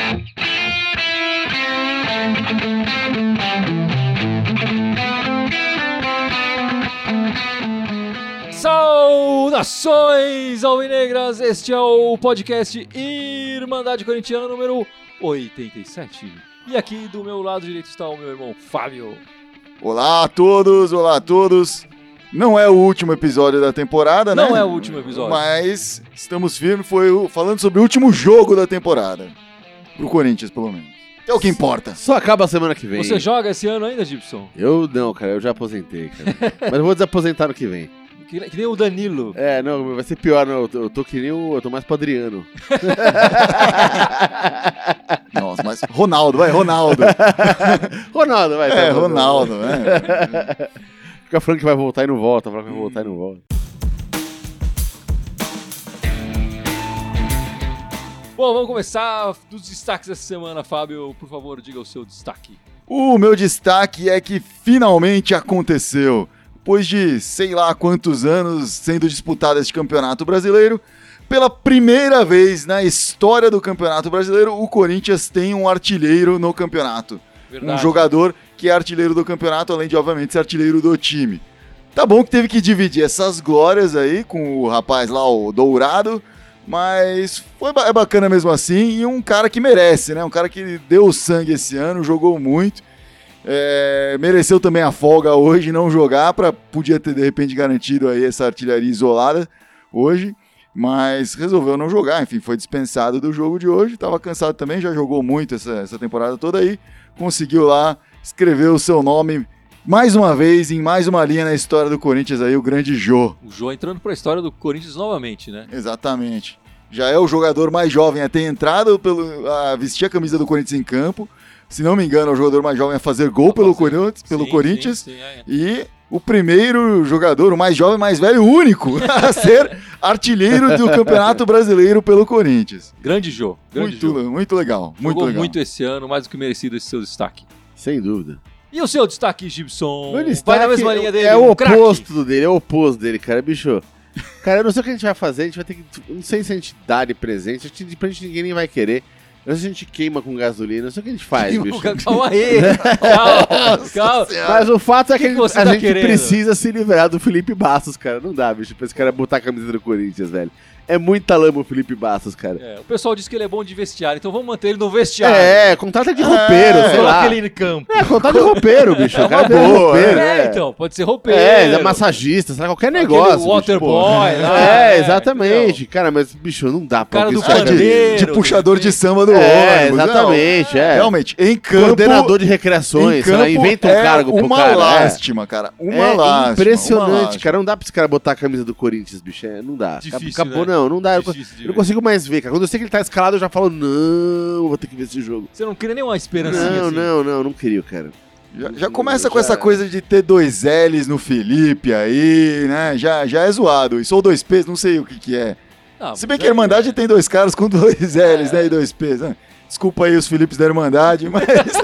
Saudações alvinegras, este é o podcast Irmandade Corintiana número 87. E aqui do meu lado direito está o meu irmão Fábio. Olá a todos. Não é o último episódio da temporada, né? Não é o último episódio. Mas estamos firmes, falando sobre o último jogo da temporada. Pro Corinthians, pelo menos. Que é o que importa. Só acaba a semana que vem. Você joga esse ano ainda, Gibson? Eu não, cara, eu já aposentei, cara. Mas eu vou desaposentar no que vem. Que nem o Danilo. É, não, vai ser pior, não. Eu tô que nem eu tô mais pro Adriano. Nossa, mas Ronaldo. Ronaldo, vai. É, Ronaldo, né? Fica falando que vai voltar e não volta, Bom, vamos começar dos destaques dessa semana, Fábio. Por favor, diga o seu destaque. O meu destaque é que finalmente aconteceu. Depois de sei lá quantos anos sendo disputado este campeonato brasileiro, pela primeira vez na história do campeonato brasileiro, o Corinthians tem um artilheiro no campeonato. Verdade. Um jogador que é artilheiro do campeonato, além de, obviamente, ser artilheiro do time. Tá bom que teve que dividir essas glórias aí com o rapaz lá, o Dourado, mas é bacana mesmo assim, e um cara que merece, né? Um cara que deu sangue esse ano, jogou muito. Mereceu também a folga hoje, não jogar, podia ter de repente garantido aí essa artilharia isolada hoje, mas resolveu não jogar, enfim, foi dispensado do jogo de hoje, estava cansado também, já jogou muito essa temporada toda aí, conseguiu lá escrever o seu nome mais uma vez, em mais uma linha na história do Corinthians aí, o grande Jô. O Jô entrando para a história do Corinthians novamente, né? Exatamente, já é o jogador mais jovem a ter entrado, a vestir a camisa do Corinthians em campo. Se não me engano, é o jogador mais jovem a fazer gol pelo Corinthians. Sim, E o primeiro jogador, o mais jovem, mais velho, único a ser artilheiro do Campeonato Brasileiro pelo Corinthians. Grande Jô. Muito legal. Jogou muito esse ano, mais do que merecido esse seu destaque. Sem dúvida. E o seu destaque, Gibson? Meu destaque vai na mesma linha dele? É o oposto dele, cara, bicho. Cara, eu não sei o que a gente vai fazer, a gente vai ter que... Não sei se a gente dá de presente, de presente ninguém nem vai querer. Não sei se a gente queima com gasolina, não sei o que a gente faz, bicho. Calma aí, calma. Mas o fato é que a gente querendo? Precisa se livrar do Felipe Bastos, cara. Não dá, bicho, pra esse cara botar a camisa do Corinthians, velho. É muita lama o Felipe Bastos, cara. O pessoal diz que ele é bom de vestiário, então vamos manter ele no vestiário. Contrata de roupeiro, sei lá. Coloca ele em campo. Contrata de roupeiro, bicho. É uma boa. Então, pode ser roupeiro. Massagista, sabe? Qualquer negócio. Waterboy. Exatamente. Então. Cara, mas, bicho, não dá pra... Cara do pandeiro. De puxador de samba do ônibus. Exatamente, Realmente, em campo... Coordenador de recreações, sei lá, inventa um cargo pro cara. Uma lástima, cara. Uma lástima. Impressionante, cara. Não dá pra esse cara botar a camisa do Corinthians, bicho. Não dá. Difícil, acabou, né? Não dá. Eu não consigo mais ver, cara. Quando eu sei que ele tá escalado, eu já falo, não, vou ter que ver esse jogo. Você não cria nenhuma esperancinha assim? Não queria, cara. Já começa com essa coisa de ter 2 L's no Felipe aí, né? Já é zoado. Isso ou 2 P's, não sei o que é. Se bem que a Irmandade tem 2 caras com 2 L's, né? E 2 P's. Né? Desculpa aí os Filipes da Irmandade, mas...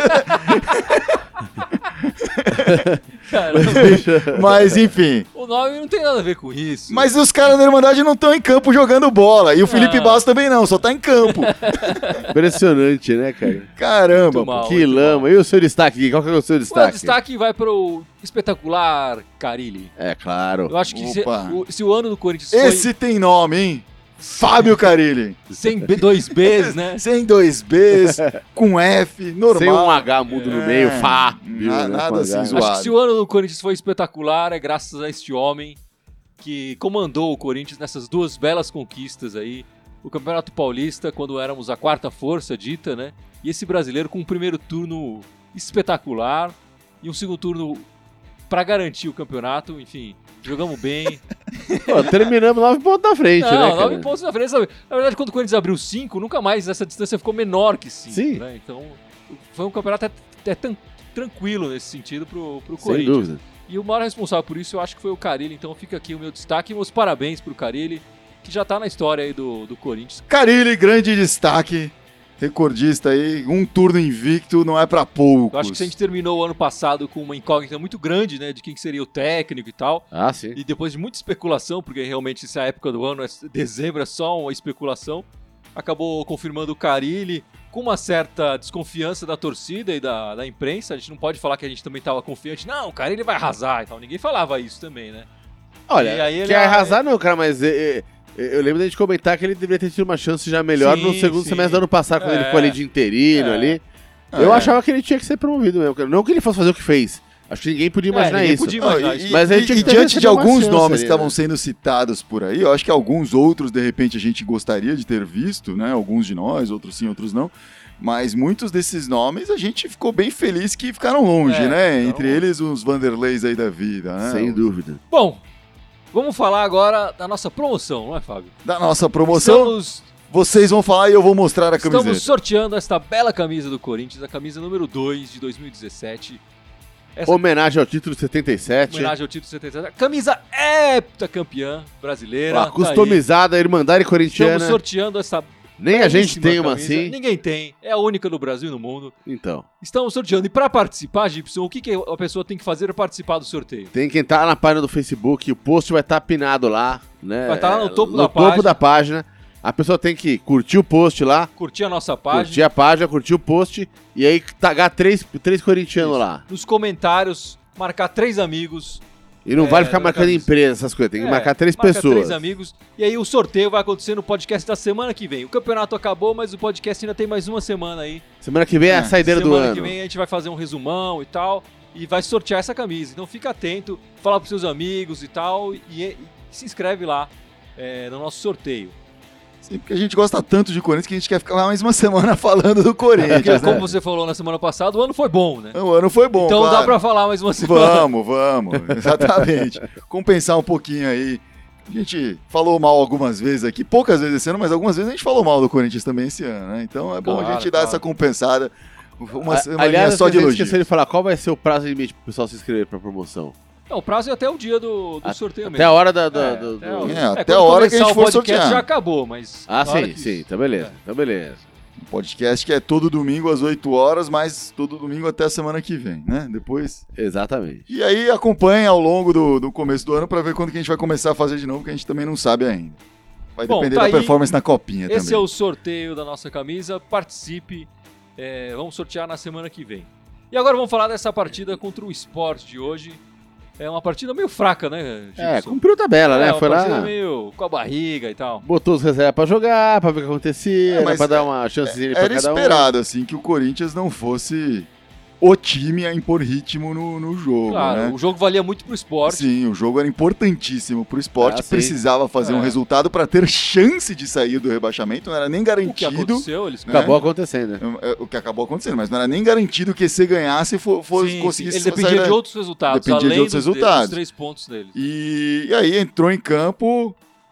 Mas enfim. O nome não tem nada a ver com isso. Mas os caras da Irmandade não estão em campo jogando bola. E o Felipe Bastos também não, só tá em campo. Impressionante, né, cara? Caramba, que lama. Mal. E o seu destaque? Qual que é o seu destaque? O destaque vai pro espetacular Carille. É, claro. Eu acho que se o ano do Corinthians Esse tem nome, hein? Fábio Carille. Sem 2 Bs, né? Sem 2 Bs, com F, normal. Sem um H mudo no meio, Fá. Nada assim zoado. Acho que se o ano do Corinthians foi espetacular, é graças a este homem que comandou o Corinthians nessas 2 belas conquistas aí. O Campeonato Paulista, quando éramos a 4ª força dita, né? E esse brasileiro com um primeiro turno espetacular e um segundo turno pra garantir o campeonato, enfim... Jogamos bem. Terminamos 9 pontos na frente, né? 9 pontos na frente, sabe? Na verdade, quando o Corinthians abriu 5, nunca mais essa distância ficou menor que 5. Sim. Né? Então, foi um campeonato até tranquilo nesse sentido pro Sem Corinthians. Dúvida. E o maior responsável por isso, eu acho que foi o Carille. Então, fica aqui o meu destaque e meus parabéns pro Carille, que já tá na história aí do Corinthians. Carille, grande destaque. Recordista aí, um turno invicto não é pra poucos. Eu acho que a gente terminou o ano passado com uma incógnita muito grande, né, de quem seria o técnico e tal. Ah, sim. E depois de muita especulação, porque realmente essa época do ano, dezembro é só uma especulação, acabou confirmando o Carille com uma certa desconfiança da torcida e da imprensa. A gente não pode falar que a gente também estava confiante. Não, cara, ele vai arrasar e tal. Ninguém falava isso também, né? Olha, que arrasar não, cara, mas eu lembro da gente comentar que ele deveria ter tido uma chance já melhor no segundo semestre do ano passado, quando ele ficou ali de interino ali. Eu achava que ele tinha que ser promovido mesmo. Não que ele fosse fazer o que fez. Acho que ninguém podia imaginar isso. Mas ele tinha que diante de alguns nomes que estavam sendo citados por aí, eu acho que alguns outros, de repente, a gente gostaria de ter visto, né? Alguns de nós, outros sim, outros não. Mas muitos desses nomes a gente ficou bem feliz que ficaram longe, né? Então... Entre eles os Vanderleis aí da vida, né? Sem dúvida. Bom, vamos falar agora da nossa promoção, não é, Fábio? Da nossa promoção. Vocês vão falar e eu vou mostrar a camiseta. Estamos sorteando esta bela camisa do Corinthians, a camisa número 2 de 2017. Homenagem ao título 77. Homenagem ao título 77. Camisa heptacampeã brasileira. Customizada, Irmandade Corintiana. Estamos sorteando essa Nem a gente tem uma camisa. assim. Ninguém tem. É a única no Brasil e no mundo. Então. Estamos sorteando. E para participar, Gibson, o que a pessoa tem que fazer para participar do sorteio? Tem que entrar na página do Facebook. O post vai estar pinado lá, né? Vai estar lá no topo da página. No topo da página. A pessoa tem que curtir o post lá. Curtir a nossa página. Curtir a página, curtir o post. E aí tagar três corintianos lá. Nos comentários, marcar 3 amigos. E não vale ficar marcando empresa, essas coisas. Tem que marcar 3 pessoas. 3 amigos. E aí o sorteio vai acontecer no podcast da semana que vem. O campeonato acabou, mas o podcast ainda tem mais uma semana aí. Semana que vem é a saideira do ano. Semana que vem a gente vai fazer um resumão e tal. E vai sortear essa camisa. Então fica atento, fala pros seus amigos e tal. E se inscreve lá no nosso sorteio. Sim, porque a gente gosta tanto de Corinthians que a gente quer ficar mais uma semana falando do Corinthians, porque, como você falou na semana passada, o ano foi bom, né? O ano foi bom, então claro. Dá pra falar mais uma semana. Vamos, exatamente. Compensar um pouquinho aí. A gente falou mal algumas vezes aqui, poucas vezes esse ano, mas algumas vezes a gente falou mal do Corinthians também esse ano, né? Então é bom a gente dar essa compensada. Uma semana só de elogio. Esqueci de falar, qual vai ser o prazo limite pro pessoal se inscrever pra promoção? Não, o prazo é até o dia do sorteio mesmo. Até a hora até a hora que a gente for sortear. Já acabou, mas... sim, tá beleza, tá beleza. O podcast que é todo domingo às 8 horas, mas todo domingo até a semana que vem, né? Depois... Exatamente. E aí acompanha ao longo do começo do ano pra ver quando que a gente vai começar a fazer de novo, que a gente também não sabe ainda. Vai depender da performance na copinha também. Esse é o sorteio da nossa camisa, participe, vamos sortear na semana que vem. E agora vamos falar dessa partida contra o Sport de hoje. É uma partida meio fraca, né, Gibson? Cumpriu a tabela, né? Foi lá. Uma partida meio com a barriga e tal. Botou os reservas pra jogar, pra ver o que acontecia, pra dar uma chancezinha pra cada um. Era esperado, assim, que o Corinthians não fosse o time a impor ritmo no jogo, claro, né? O jogo valia muito pro Sport. Sim, o jogo era importantíssimo pro Sport, precisava fazer um resultado para ter chance de sair do rebaixamento, não era nem garantido. O que aconteceu, eles... Acabou acontecendo. O que acabou acontecendo, mas não era nem garantido que se ganhasse conseguisse sair. Ele dependia de outros resultados, além dos 3 pontos dele. E aí entrou em campo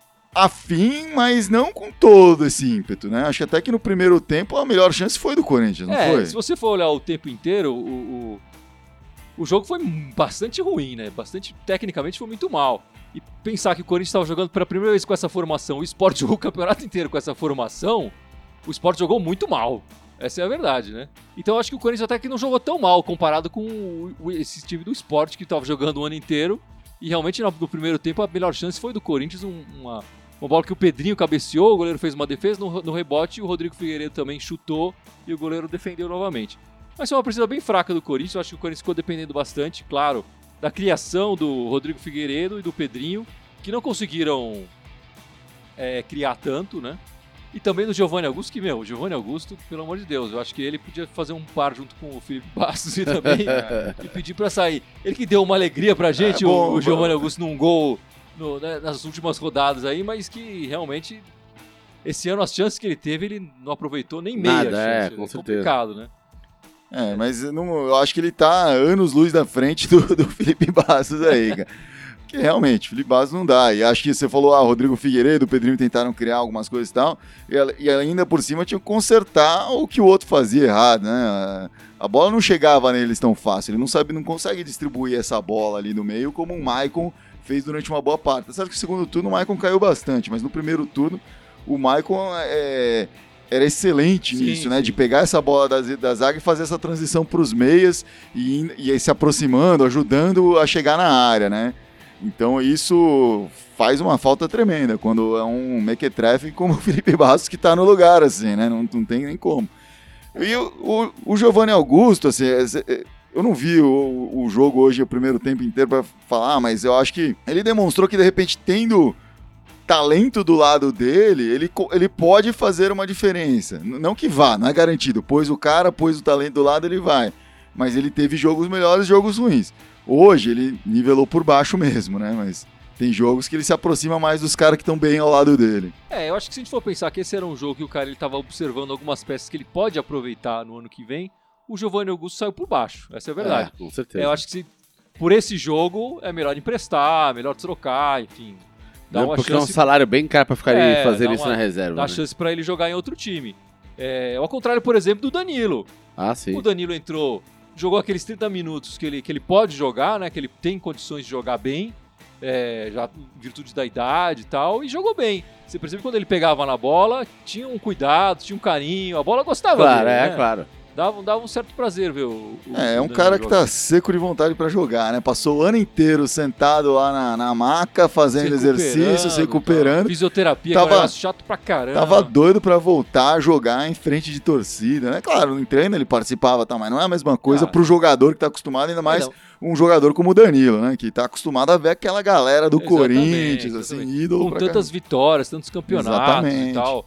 afim, mas não com todo esse ímpeto, né? Acho que até que no primeiro tempo a melhor chance foi do Corinthians, não foi? Se você for olhar o tempo inteiro, o jogo foi bastante ruim, né? Tecnicamente foi muito mal. E pensar que o Corinthians estava jogando pela primeira vez com essa formação, o Sport jogou o campeonato inteiro com essa formação, o Sport jogou muito mal. Essa é a verdade, né? Então eu acho que o Corinthians até que não jogou tão mal comparado com esse time do Sport que estava jogando o ano inteiro. E realmente no primeiro tempo a melhor chance foi do Corinthians, uma bola que o Pedrinho cabeceou, o goleiro fez uma defesa, no rebote o Rodrigo Figueiredo também chutou e o goleiro defendeu novamente. Mas foi uma partida bem fraca do Corinthians, eu acho que o Corinthians ficou dependendo bastante, claro, da criação do Rodrigo Figueiredo e do Pedrinho, que não conseguiram criar tanto, né? E também do Giovanni Augusto, que, o Giovanni Augusto, pelo amor de Deus, eu acho que ele podia fazer um par junto com o Felipe Bastos e também e pedir pra sair. Ele que deu uma alegria pra gente, o Giovanni Augusto num gol nas últimas rodadas aí, mas que realmente esse ano as chances que ele teve, ele não aproveitou nem meia chance. Com certeza. Complicado, né? Mas eu acho que ele tá anos-luz da frente do Felipe Bastos aí, cara. Porque realmente, Felipe Bastos não dá. E acho que você falou, Rodrigo Figueiredo, o Pedrinho tentaram criar algumas coisas e tal, e ainda por cima tinham que consertar o que o outro fazia errado, né? A bola não chegava neles tão fácil, ele não consegue distribuir essa bola ali no meio como o Maicon fez durante uma boa parte. Sabe que no segundo turno o Maicon caiu bastante, mas no primeiro turno o Maicon era excelente nisso, né? De pegar essa bola da zaga e fazer essa transição para os meias e ir se aproximando, ajudando a chegar na área, né? Então isso faz uma falta tremenda quando é um mequetrefe como o Felipe Bastos que está no lugar, assim, né? Não tem nem como. E o Giovanni Augusto, assim, eu não vi o jogo hoje, o primeiro tempo inteiro pra falar, mas eu acho que ele demonstrou que, de repente, tendo talento do lado dele, ele pode fazer uma diferença. Não que vá, não é garantido. Pôs o talento do lado, ele vai. Mas ele teve jogos melhores, jogos ruins. Hoje ele nivelou por baixo mesmo, né? Mas tem jogos que ele se aproxima mais dos caras que estão bem ao lado dele. Eu acho que se a gente for pensar que esse era um jogo que o cara estava observando algumas peças que ele pode aproveitar no ano que vem, o Giovanni Augusto saiu por baixo. Essa é a verdade. Com certeza. Eu acho que por esse jogo é melhor emprestar, melhor trocar, enfim. Porque é um salário bem caro pra ficar ali fazendo isso na reserva. Dá chance pra ele jogar em outro time. Ao contrário, por exemplo, do Danilo. Ah, sim. O Danilo entrou, jogou aqueles 30 minutos que ele pode jogar, né? Que ele tem condições de jogar bem, já em virtude da idade e tal, e jogou bem. Você percebe que quando ele pegava na bola, tinha um cuidado, tinha um carinho, a bola gostava dele, né? Claro. Dava um certo prazer ver o um cara que tá seco de vontade pra jogar, né? Passou o ano inteiro sentado lá na maca, fazendo exercício, se recuperando. Fisioterapia, tava chato pra caramba. Tava doido pra voltar a jogar em frente de torcida, né? Claro, no treino ele participava, mas não é a mesma coisa pro jogador que tá acostumado, ainda mais um jogador como o Danilo, né? Que tá acostumado a ver aquela galera do Corinthians, assim, ídolo. Com tantas vitórias, tantos campeonatos e tal.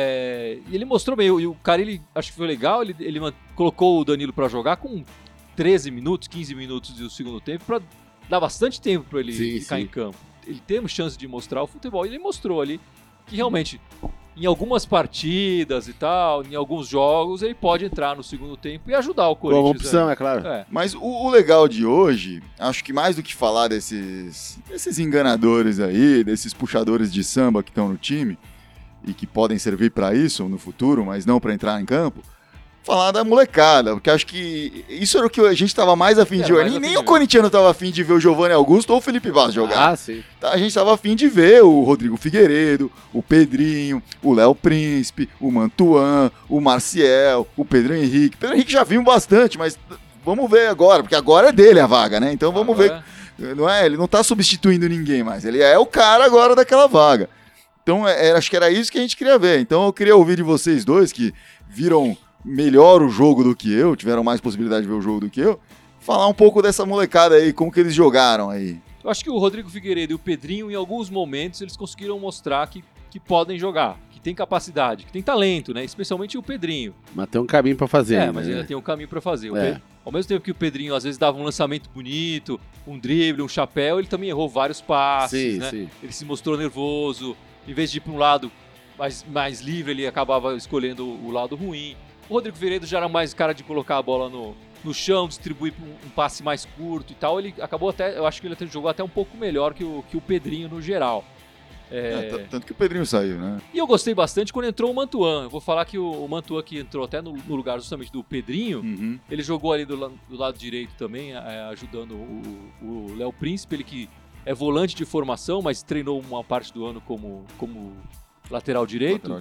E ele mostrou bem, e o cara, acho que foi legal, ele colocou o Danilo pra jogar com 13 minutos, 15 minutos do segundo tempo, pra dar bastante tempo pra ele ficar em campo. Ele tem chance de mostrar o futebol, e ele mostrou ali que realmente, em algumas partidas e tal, em alguns jogos, ele pode entrar no segundo tempo e ajudar o Corinthians. Como opção, é claro. Mas o legal de hoje, acho que mais do que falar desses enganadores aí, desses puxadores de samba que estão no time, e que podem servir para isso no futuro, mas não para entrar em campo, falar da molecada, porque acho que isso era o que a gente estava mais afim de ver. Nem o corintiano estava afim de ver o Giovanni Augusto ou o Felipe Vaz jogar. Sim. A gente estava afim de ver o Rodrigo Figueiredo, o Pedrinho, o Léo Príncipe, o Mantuan, o Marciel, o Pedro Henrique. Pedro Henrique já vimos bastante, mas vamos ver agora, porque agora é dele a vaga, né? Então vamos ver. Ele não está substituindo ninguém mais, ele é o cara agora daquela vaga. Então, acho que era isso que a gente queria ver. Então, eu queria ouvir de vocês dois, que viram melhor o jogo do que eu, tiveram mais possibilidade de ver o jogo do que eu, falar um pouco dessa molecada aí, como que eles jogaram aí. Eu acho que o Rodrigo Figueiredo e o Pedrinho, em alguns momentos, eles conseguiram mostrar que podem jogar, que tem capacidade, que tem talento, né? Especialmente o Pedrinho. Mas tem um caminho pra fazer. Mas ainda tem um caminho pra fazer. Ao mesmo tempo que o Pedrinho às vezes dava um lançamento bonito, um drible, um chapéu, ele também errou vários passes, né? Sim. Ele se mostrou nervoso. Em vez de ir para um lado mais livre, ele acabava escolhendo o lado ruim. O Rodrigo Figueiredo já era mais cara de colocar a bola no chão, distribuir um passe mais curto e tal. Ele acabou eu acho que ele jogou até um pouco melhor que o Pedrinho no geral. Tanto que o Pedrinho saiu, né? E eu gostei bastante quando entrou o Mantuan. Eu vou falar que o Mantuan, que entrou até no lugar justamente do Pedrinho, ele jogou ali do lado direito também, ajudando o Léo Príncipe, ele que é volante de formação, mas treinou uma parte do ano como lateral direito.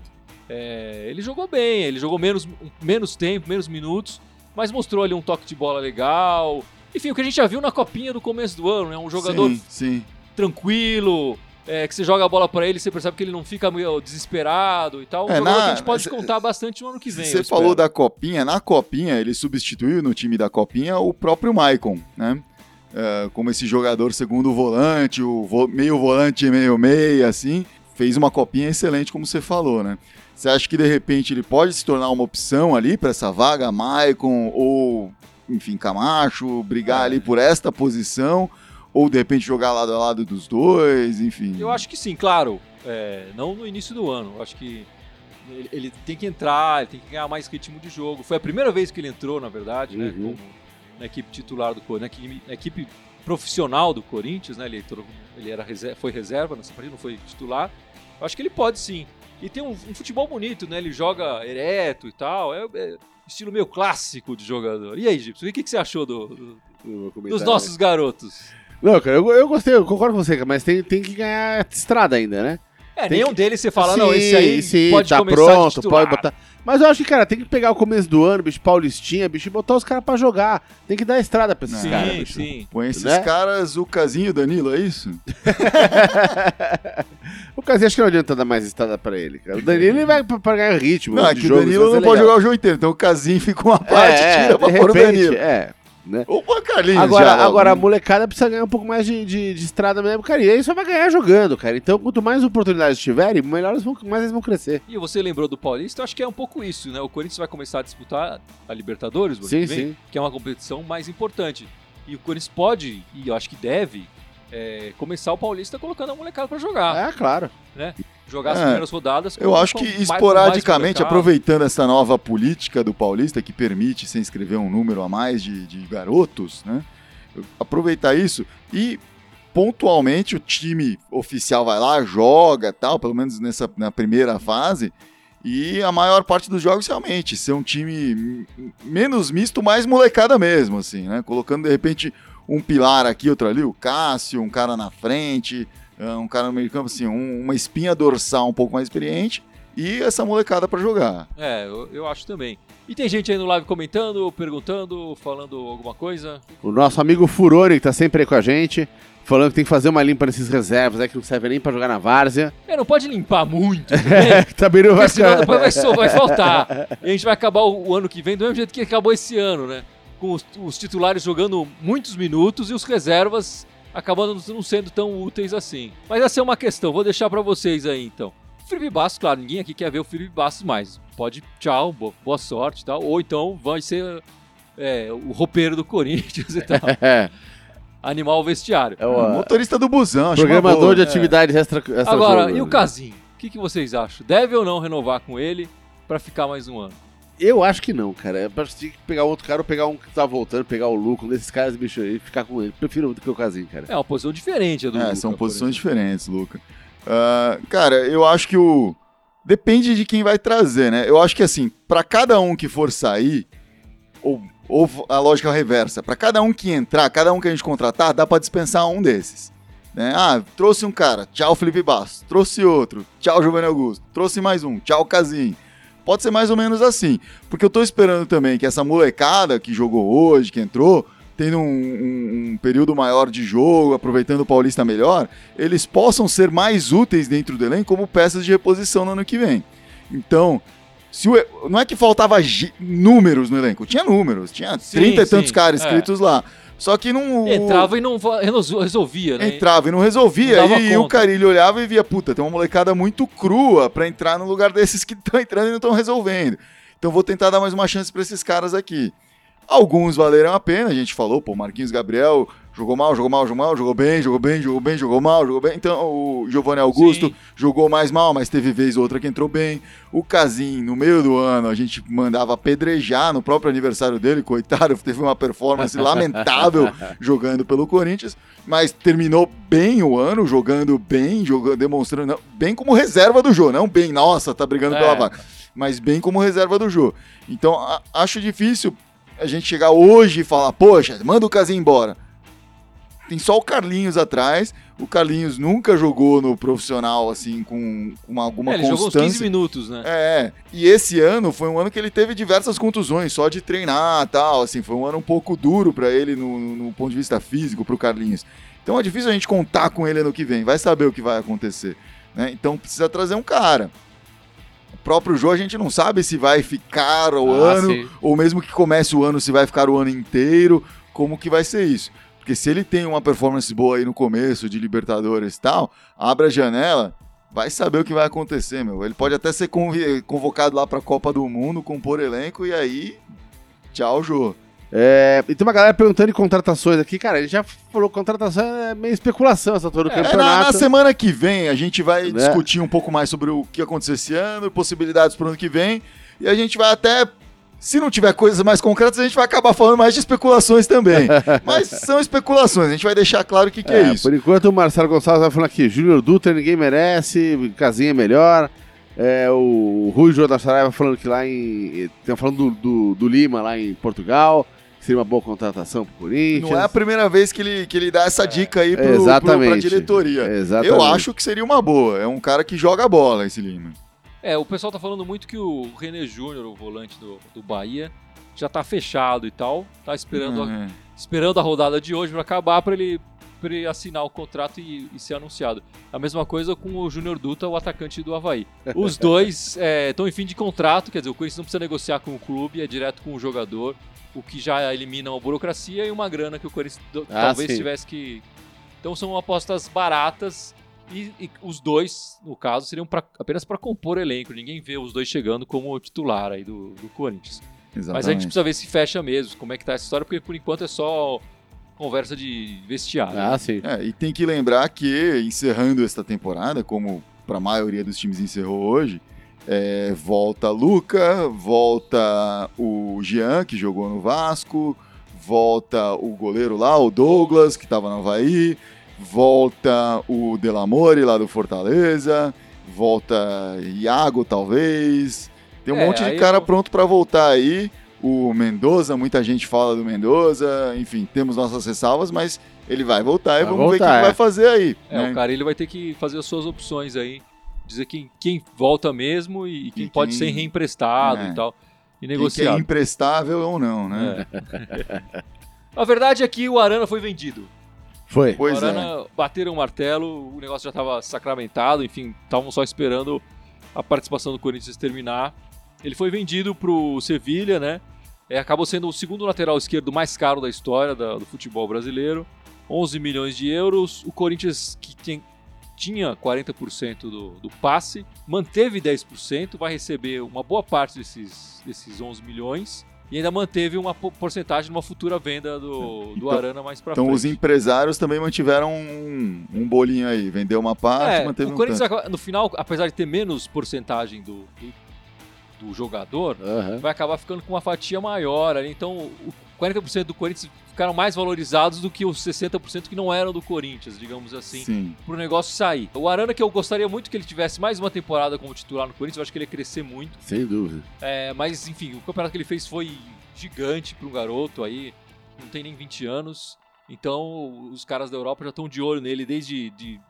Ele jogou bem, ele jogou menos tempo, menos minutos, mas mostrou ali um toque de bola legal. Enfim, o que a gente já viu na copinha do começo do ano, né? Um jogador tranquilo, que você joga a bola pra ele, você percebe que ele não fica meio desesperado e tal. Um jogador que a gente pode contar bastante no ano que vem. Você falou da copinha, na copinha ele substituiu no time da copinha o próprio Maicon, né? Como esse jogador segundo volante, meio volante, meio meia, assim, fez uma copinha excelente, como você falou, né? Você acha que de repente ele pode se tornar uma opção ali para essa vaga, Maicon ou, enfim, Camacho, brigar ali por esta posição, ou de repente jogar lado a lado dos dois, enfim? Eu acho que sim, claro, não no início do ano, eu acho que ele tem que entrar, ele tem que ganhar mais ritmo de jogo. Foi a primeira vez que ele entrou, na verdade, né, como na equipe titular do Corinthians, na equipe profissional do Corinthians, né? Ele foi reserva nessa partida, não foi titular. Eu acho que ele pode sim. E tem um futebol bonito, né? Ele joga ereto e tal. É estilo meio clássico de jogador. E aí, Gibson, o que você achou dos nossos garotos? Não, cara, eu gostei, eu concordo com você, mas tem que ganhar estrada ainda, né? Nenhum deles você fala, não, esse aí sim, pode tá começar pronto, de titular. pode botar. Mas eu acho que, cara, tem que pegar o começo do ano, bicho, Paulistinha, bicho, e botar os caras pra jogar. Tem que dar estrada pra esses caras, bicho. Sim. Põe esses caras, o Casinho e o Danilo, é isso? O Casinho acho que não adianta dar mais estrada pra ele, cara. O Danilo ele vai pra ganhar ritmo. Não, é que o Danilo não pode jogar o jogo inteiro, então o Casinho fica uma parte, tira pra pôr o Danilo. Né? Ou o Carlinhos agora a molecada precisa ganhar um pouco mais de estrada mesmo, cara. E aí só vai ganhar jogando, cara. Então, quanto mais oportunidades tiverem, mais eles vão crescer. E você lembrou do Paulista, eu acho que é um pouco isso, né? O Corinthians vai começar a disputar a Libertadores, sim. Que é uma competição mais importante. E o Corinthians pode, e eu acho que deve, começar o Paulista colocando a molecada pra jogar. Claro. Né? Jogar as primeiras rodadas. Eu acho que esporadicamente, aproveitando essa nova política do Paulista que permite se inscrever um número a mais de garotos, né? Aproveitar isso e pontualmente o time oficial vai lá, joga tal, pelo menos na primeira fase, e a maior parte dos jogos realmente ser um time menos misto, mais molecada mesmo, assim, né? Colocando de repente um pilar aqui, outro ali, o Cássio, um cara na frente, um cara no meio de campo, assim, uma espinha dorsal um pouco mais experiente e essa molecada pra jogar. Eu acho também. E tem gente aí no live comentando, perguntando, falando alguma coisa? O nosso amigo Furoni, que tá sempre aí com a gente, falando que tem que fazer uma limpa nesses reservas, que não serve nem pra jogar na várzea. Não pode limpar muito, né? Também não vai senão depois vai faltar. E a gente vai acabar o ano que vem do mesmo jeito que acabou esse ano, né? Com os titulares jogando muitos minutos e os reservas acabando não sendo tão úteis assim. Mas essa é uma questão, vou deixar pra vocês aí então. Felipe Bastos, claro, ninguém aqui quer ver o Felipe Bastos mais. Pode, tchau, boa sorte e tal. Ou então vai ser o roupeiro do Corinthians e tal. Animar o vestiário. O motorista do busão, acho programador de atividades extra Agora, e o Casinho? O que vocês acham? Deve ou não renovar com ele pra ficar mais um ano? Eu acho que não, cara. Eu acho que tem que pegar outro cara ou pegar um que tá voltando, pegar o Lucas, um desses caras, bicho, e ficar com ele. Prefiro do que o Casinho, cara. É uma posição diferente a do Luca. São posições diferentes, Luca. Cara, eu acho que depende de quem vai trazer, né? Eu acho que, assim, pra cada um que for sair, ou a lógica reversa, pra cada um que entrar, cada um que a gente contratar, dá pra dispensar um desses. Né? Trouxe um cara, tchau Felipe Bastos. Trouxe outro, tchau Giovanni Augusto. Trouxe mais um, tchau Casinho. Pode ser mais ou menos assim, porque eu tô esperando também que essa molecada que jogou hoje, que entrou, tendo um período maior de jogo, aproveitando o Paulista melhor, eles possam ser mais úteis dentro do elenco como peças de reposição no ano que vem. Então, não é que faltava números no elenco, tinha números, tinha 30 e tantos caras inscritos lá. Só que não... Entrava e não resolvia, né? Entrava e não resolvia. E o Carille olhava e via, puta, tem uma molecada muito crua pra entrar no lugar desses que estão entrando e não estão resolvendo. Então vou tentar dar mais uma chance pra esses caras aqui. Alguns valeram a pena, a gente falou, Marquinhos Gabriel jogou mal, jogou bem, jogou mal. Então o Giovanni Augusto jogou mais mal, mas teve vez ou outra que entrou bem. O Casim, no meio do ano, a gente mandava apedrejar no próprio aniversário dele, coitado, teve uma performance lamentável jogando pelo Corinthians, mas terminou bem o ano, jogando bem, demonstrando bem como reserva do Jô, não bem, nossa, tá brigando pela vaga, mas bem como reserva do Jô. Então acho difícil a gente chegar hoje e falar, poxa, manda o Casim embora. Tem só o Carlinhos atrás. O Carlinhos nunca jogou no profissional, assim, com alguma constância. Ele jogou uns 15 minutos, né? E esse ano foi um ano que ele teve diversas contusões, só de treinar e tal, assim. Foi um ano um pouco duro pra ele no ponto de vista físico, pro Carlinhos. Então é difícil a gente contar com ele ano que vem. Vai saber o que vai acontecer, né? Então precisa trazer um cara. O próprio Jô a gente não sabe se vai ficar o ano, sim. Ou mesmo que comece o ano, se vai ficar o ano inteiro, como que vai ser isso. Porque se ele tem uma performance boa aí no começo de Libertadores e tal, abre a janela, vai saber o que vai acontecer, meu. Ele pode até ser convocado lá pra Copa do Mundo, compor elenco e aí, tchau, Jô. E tem uma galera perguntando de contratações aqui, cara, a gente já falou que contratação é meio especulação essa altura do campeonato. Na semana que vem a gente vai discutir um pouco mais sobre o que aconteceu esse ano, possibilidades pro ano que vem, e a gente vai até... Se não tiver coisas mais concretas, a gente vai acabar falando mais de especulações também. Mas são especulações, a gente vai deixar claro o que é isso. Por enquanto, o Marcelo Gonçalves vai falando aqui, Júnior Dutra ninguém merece, Casinha é melhor. O Rui João da Saraiva falando que lá em... Estão falando do Lima lá em Portugal, que seria uma boa contratação pro Corinthians. Não é a primeira vez que ele dá essa dica aí pra diretoria. Exatamente. Eu acho que seria uma boa, é um cara que joga bola, esse Lima. O pessoal tá falando muito que o René Júnior, o volante do Bahia, já tá fechado e tal. Tá esperando a rodada de hoje pra acabar pra ele assinar o contrato e ser anunciado. A mesma coisa com o Júnior Dutra, o atacante do Avaí. Os dois estão em fim de contrato, quer dizer, o Corinthians não precisa negociar com o clube, é direto com o jogador, o que já elimina uma burocracia e uma grana que o Corinthians talvez tivesse que... Então são apostas baratas. E os dois, no caso, seriam apenas para compor elenco. Ninguém vê os dois chegando como titular aí do Corinthians. Exatamente. Mas a gente precisa ver se fecha mesmo, como é que tá essa história, porque por enquanto é só conversa de vestiário. Sim. E tem que lembrar que, encerrando esta temporada, como para a maioria dos times encerrou hoje, volta Luca, volta o Jean, que jogou no Vasco, volta o goleiro lá, o Douglas, que estava no Avaí, volta o Delamore lá do Fortaleza, volta Iago talvez, tem um monte de cara pronto para voltar aí, o Mendoza, muita gente fala do Mendoza, enfim, temos nossas ressalvas, mas ele vai voltar e vamos ver o que ele vai fazer aí. O cara ele vai ter que fazer as suas opções aí, dizer quem volta mesmo e quem pode ser reemprestado e tal, e negociado. Quem é emprestável ou não, né? A verdade é que o Arana foi vendido. Foi. Pois bateram o martelo, o negócio já estava sacramentado, enfim, estavam só esperando a participação do Corinthians terminar. Ele foi vendido para o Sevilha, né? Acabou sendo o segundo lateral esquerdo mais caro da história do futebol brasileiro. 11 milhões de euros. O Corinthians, que tinha 40% do passe, manteve 10%, vai receber uma boa parte desses 11 milhões. E ainda manteve uma porcentagem numa futura venda do Arana mais pra frente. Então os empresários também mantiveram um bolinho aí. Vendeu uma parte, manteve o Corinthians, no final, apesar de ter menos porcentagem do jogador, vai acabar ficando com uma fatia maior ali. Então, o 40% do Corinthians ficaram mais valorizados do que os 60% que não eram do Corinthians, digamos assim, pro negócio sair. O Arana, que eu gostaria muito que ele tivesse mais uma temporada como titular no Corinthians, eu acho que ele ia crescer muito. Sem dúvida. Mas, enfim, o campeonato que ele fez foi gigante para um garoto aí, não tem nem 20 anos, então os caras da Europa já estão de olho nele desde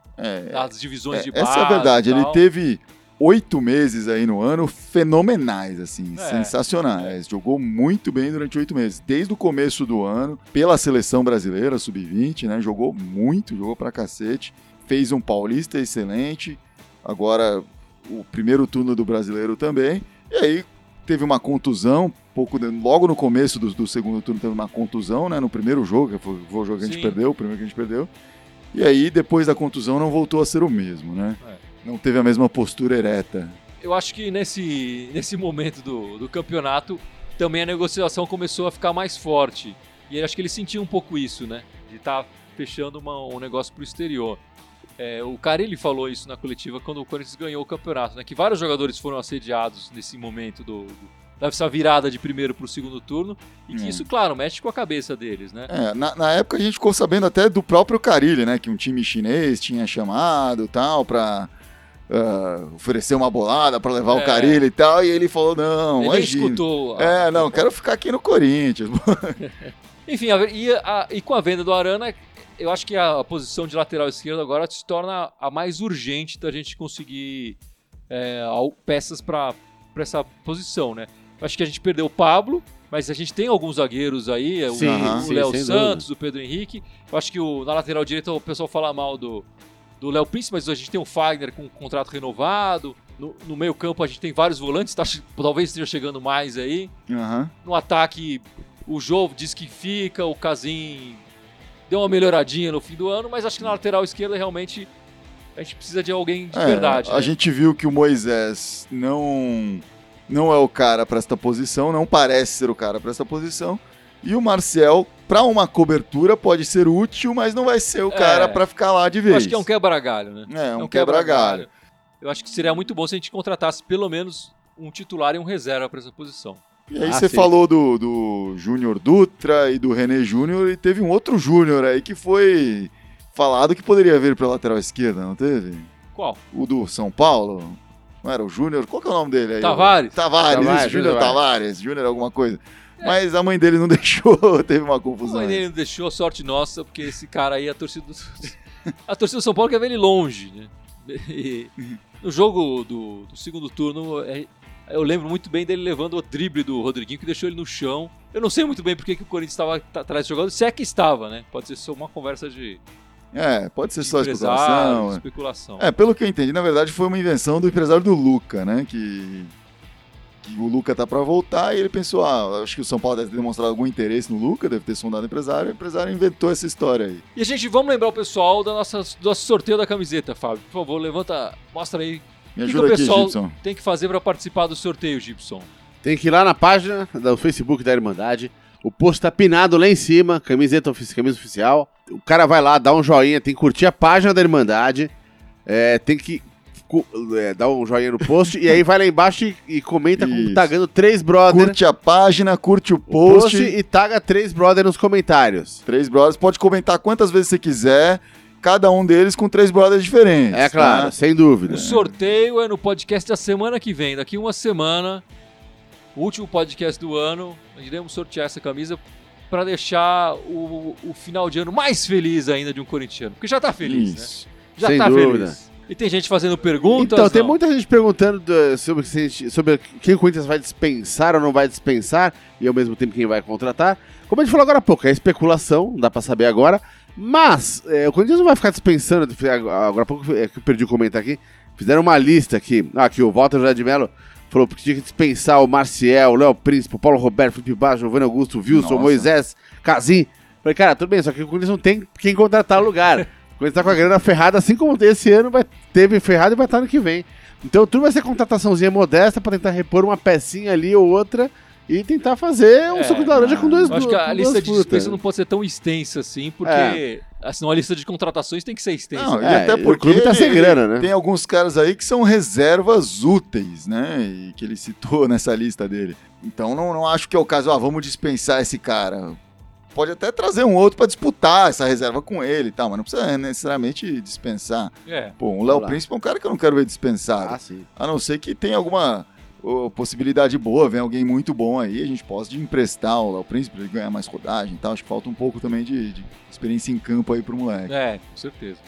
as divisões de base. Essa é a verdade, ele teve 8 meses aí no ano fenomenais, assim, sensacionais. Jogou muito bem durante 8 meses. Desde o começo do ano, pela seleção brasileira, sub-20, né? Jogou muito, jogou pra cacete. Fez um paulista excelente. Agora, o primeiro turno do brasileiro também. E aí, teve uma contusão, logo no começo do segundo turno teve uma contusão, né? No primeiro jogo, que foi o jogo que a gente perdeu, o primeiro que a gente perdeu. E aí, depois da contusão, não voltou a ser o mesmo, né? Não teve a mesma postura ereta. Eu acho que nesse momento do campeonato, também a negociação começou a ficar mais forte. E acho que ele sentia um pouco isso, né? De estar fechando um negócio pro exterior. O Carille falou isso na coletiva quando o Corinthians ganhou o campeonato, né? Que vários jogadores foram assediados nesse momento dessa virada de primeiro pro segundo turno. E que isso, claro, mexe com a cabeça deles, né? Na época a gente ficou sabendo até do próprio Carille, né? Que um time chinês tinha chamado e tal pra... oferecer uma bolada pra levar o Carille e tal, e ele falou, não, ele imagina. Escutou. Não, quero ficar aqui no Corinthians. Enfim, e com a venda do Arana, eu acho que a posição de lateral esquerdo agora se torna a mais urgente da gente conseguir peças pra essa posição, né? Eu acho que a gente perdeu o Pablo, mas a gente tem alguns zagueiros aí, o Léo Santos, o Pedro Henrique. Eu acho que na lateral direita o pessoal fala mal do Léo Príncipe, mas a gente tem o Fagner com um contrato renovado. No meio campo a gente tem vários volantes, talvez esteja chegando mais aí. No ataque, o Jô diz que fica, o Casim deu uma melhoradinha no fim do ano, mas acho que na lateral esquerda realmente a gente precisa de alguém de verdade. A gente viu que o Moisés não é o cara para esta posição, não parece ser o cara para esta posição. E o Marcel, para uma cobertura, pode ser útil, mas não vai ser o cara para ficar lá de vez. Eu acho que é um quebra-galho, né? Um quebra-galho. Eu acho que seria muito bom se a gente contratasse pelo menos um titular e um reserva para essa posição. E aí você falou do Júnior Dutra e do René Júnior, e teve um outro Júnior aí que foi falado que poderia vir para a lateral esquerda, não teve? Qual? O do São Paulo? Não era o Júnior? Qual que é o nome dele aí? Tavares, Júnior Tavares, Júnior alguma coisa. Mas a mãe dele não deixou, teve uma confusão. A mãe dele não deixou, sorte nossa, porque esse cara aí, a torcida do São Paulo quer ver ele longe, né? No jogo do segundo turno, eu lembro muito bem dele levando o drible do Rodriguinho, que deixou ele no chão. Eu não sei muito bem porque que o Corinthians estava atrás do jogador, se é que estava, né? Pode ser só uma conversa de... pode ser só especulação. Pelo que eu entendi, na verdade foi uma invenção do empresário do Luca, né? Que o Luca tá pra voltar e ele pensou, acho que o São Paulo deve ter demonstrado algum interesse no Luca, deve ter sondado o empresário inventou essa história aí. E vamos lembrar o pessoal do nosso sorteio da camiseta, Fábio. Por favor, mostra aí. Me ajuda aqui, pessoal Gibson. Tem que fazer pra participar do sorteio, Gibson? Tem que ir lá na página do Facebook da Irmandade, o post tá pinado lá em cima, camisa oficial. O cara vai lá, dá um joinha, tem que curtir a página da Irmandade, tem que dar um joinha no post e aí vai lá embaixo e comenta tagando 3 brothers. Curte a página, curte o post e taga 3 brothers nos comentários. 3 brothers, pode comentar quantas vezes você quiser, cada um deles com 3 brothers diferentes. É claro, sem dúvida. O sorteio é no podcast da semana que vem, daqui uma semana, o último podcast do ano, nós iremos sortear essa camisa para deixar o final de ano mais feliz ainda de um corintiano, porque já tá feliz, né? Já sem tá dúvida. Feliz. E tem gente fazendo perguntas. Então, tem muita gente perguntando sobre quem o Corinthians vai dispensar ou não vai dispensar, e ao mesmo tempo quem vai contratar. Como a gente falou agora há pouco, é especulação, não dá pra saber agora, mas o Corinthians não vai ficar dispensando. Agora há pouco que eu perdi o comentário aqui, fizeram uma lista aqui, que o Walter José de Mello falou que tinha que dispensar o Marcial, o Léo Príncipe, o Paulo Roberto, Felipe Baixo, Giovanni Augusto, o Wilson, Moisés, Casim. Falei, cara, tudo bem, só que o Corinthians não tem quem contratar o lugar. Quando tá com a grana ferrada, assim como esse ano teve ferrado e vai estar no que vem. Então tudo vai ser contrataçãozinha modesta pra tentar repor uma pecinha ali ou outra e tentar fazer um suco de laranja com duas frutas. Acho que a lista de dispensa não pode ser tão extensa assim, porque assim, a lista de contratações tem que ser extensa. Não, e até porque o clube tá sem grana, né? Tem alguns caras aí que são reservas úteis, né? E que ele citou nessa lista dele. Então não acho que é o caso, vamos dispensar esse cara. Pode até trazer um outro pra disputar essa reserva com ele e tal, mas não precisa necessariamente dispensar. O Léo Príncipe é um cara que eu não quero ver dispensado. Sim. A não ser que tenha alguma possibilidade boa, vem alguém muito bom aí, a gente pode emprestar o Léo Príncipe pra ele ganhar mais rodagem e tal. Acho que falta um pouco também de experiência em campo aí pro moleque. Com certeza.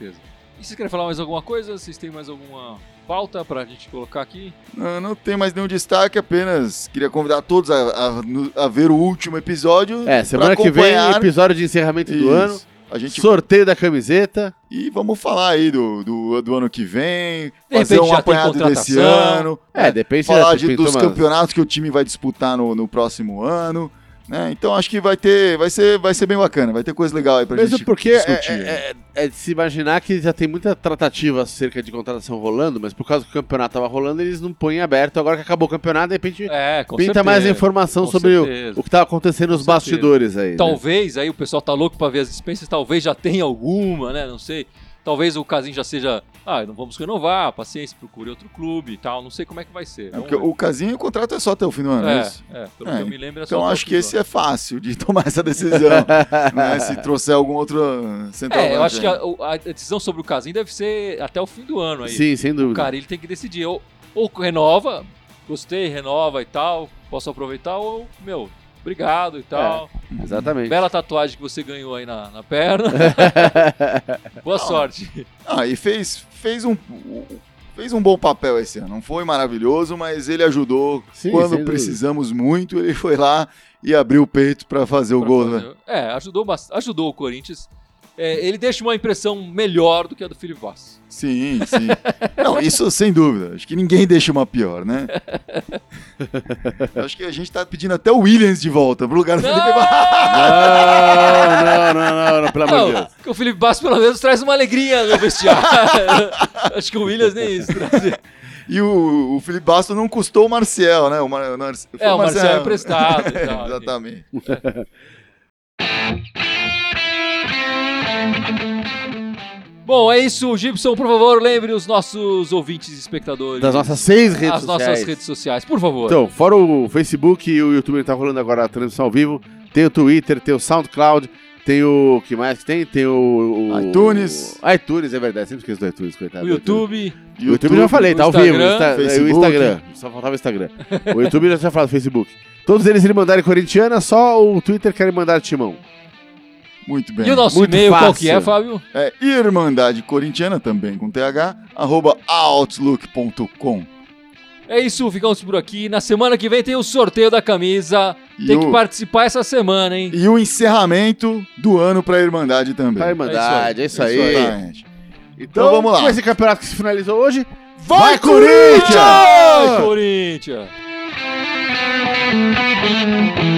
E vocês querem falar mais alguma coisa? Vocês têm mais alguma pauta pra gente colocar aqui? Não tem mais nenhum destaque, apenas queria convidar todos a ver o último episódio. Semana que vem, episódio de encerramento do ano. Sorteio da camiseta. E vamos falar aí do ano que vem, fazer um apanhado desse ano. Depende. Falar dos campeonatos que o time vai disputar no próximo ano. Então acho que vai ser bem bacana, vai ter coisa legal aí pra mesmo gente porque discutir. É de se imaginar que já tem muita tratativa acerca de contratação rolando, mas por causa que o campeonato tava rolando, eles não põem aberto. Agora que acabou o campeonato, de repente pinta mais informação sobre o que tá acontecendo nos bastidores aí. Talvez, aí o pessoal tá louco pra ver as dispensas, talvez já tenha alguma, né, não sei. Talvez o Casim já seja, não vamos renovar, paciência, procure outro clube e tal, não sei como é que vai ser. Porque o Casim, o contrato é só até o fim do ano, é isso? Pelo que eu me lembro é só então acho que esse é fácil de tomar essa decisão, né, se trouxer algum outro centroavante. Eu acho que a decisão sobre o Casim deve ser até o fim do ano aí. Sim, sem dúvida. O cara, ele tem que decidir, ou renova, gostei, renova e tal, posso aproveitar, ou, obrigado e tal. Exatamente. Bela tatuagem que você ganhou aí na perna. Boa sorte. E fez um bom papel esse ano. Não foi maravilhoso, mas ele ajudou. Quando precisamos muito, ele foi lá e abriu o peito para fazer o gol. Né? Ajudou o Corinthians. Ele deixa uma impressão melhor do que a do Felipe Vaz. Sim. Não, isso sem dúvida. Acho que ninguém deixa uma pior, né? Acho que a gente tá pedindo até o Williams de volta pro lugar do Felipe Vaz. Não, pelo amor de Deus. O Felipe Vaz pelo menos traz uma alegria no vestiário. Acho que o Williams nem isso. E o Felipe Basto não custou o Marcial, né? O Marcial é emprestado e tal. Exatamente. Bom, é isso, Gibson, por favor, lembre os nossos ouvintes e espectadores das nossas 6 redes sociais. As nossas redes sociais, por favor. Então, fora o Facebook e o YouTube, tá rolando agora a transmissão ao vivo, tem o Twitter, tem o SoundCloud, tem o... que mais que tem? Tem o iTunes. iTunes, é verdade, sempre esqueço do iTunes, coitado. O YouTube. O YouTube já falei, tá ao vivo. O Instagram, só faltava o Instagram. O YouTube já tinha falado, Facebook. Todos eles irem mandarem corintiana, só o Twitter querem mandar timão. Muito bem. E o nosso Muito e-mail qual fácil. que é, Fábio? É Irmandade Corintiana, também com TH, @outlook.com. É isso, ficamos por aqui. Na semana que vem tem o sorteio da camisa. Tem que participar essa semana, hein? E o encerramento do ano pra Irmandade também. Pra Irmandade, é isso aí. Exatamente. Então vamos lá. Com esse campeonato que se finalizou hoje, Vai, Corinthians! Vai, Corinthians!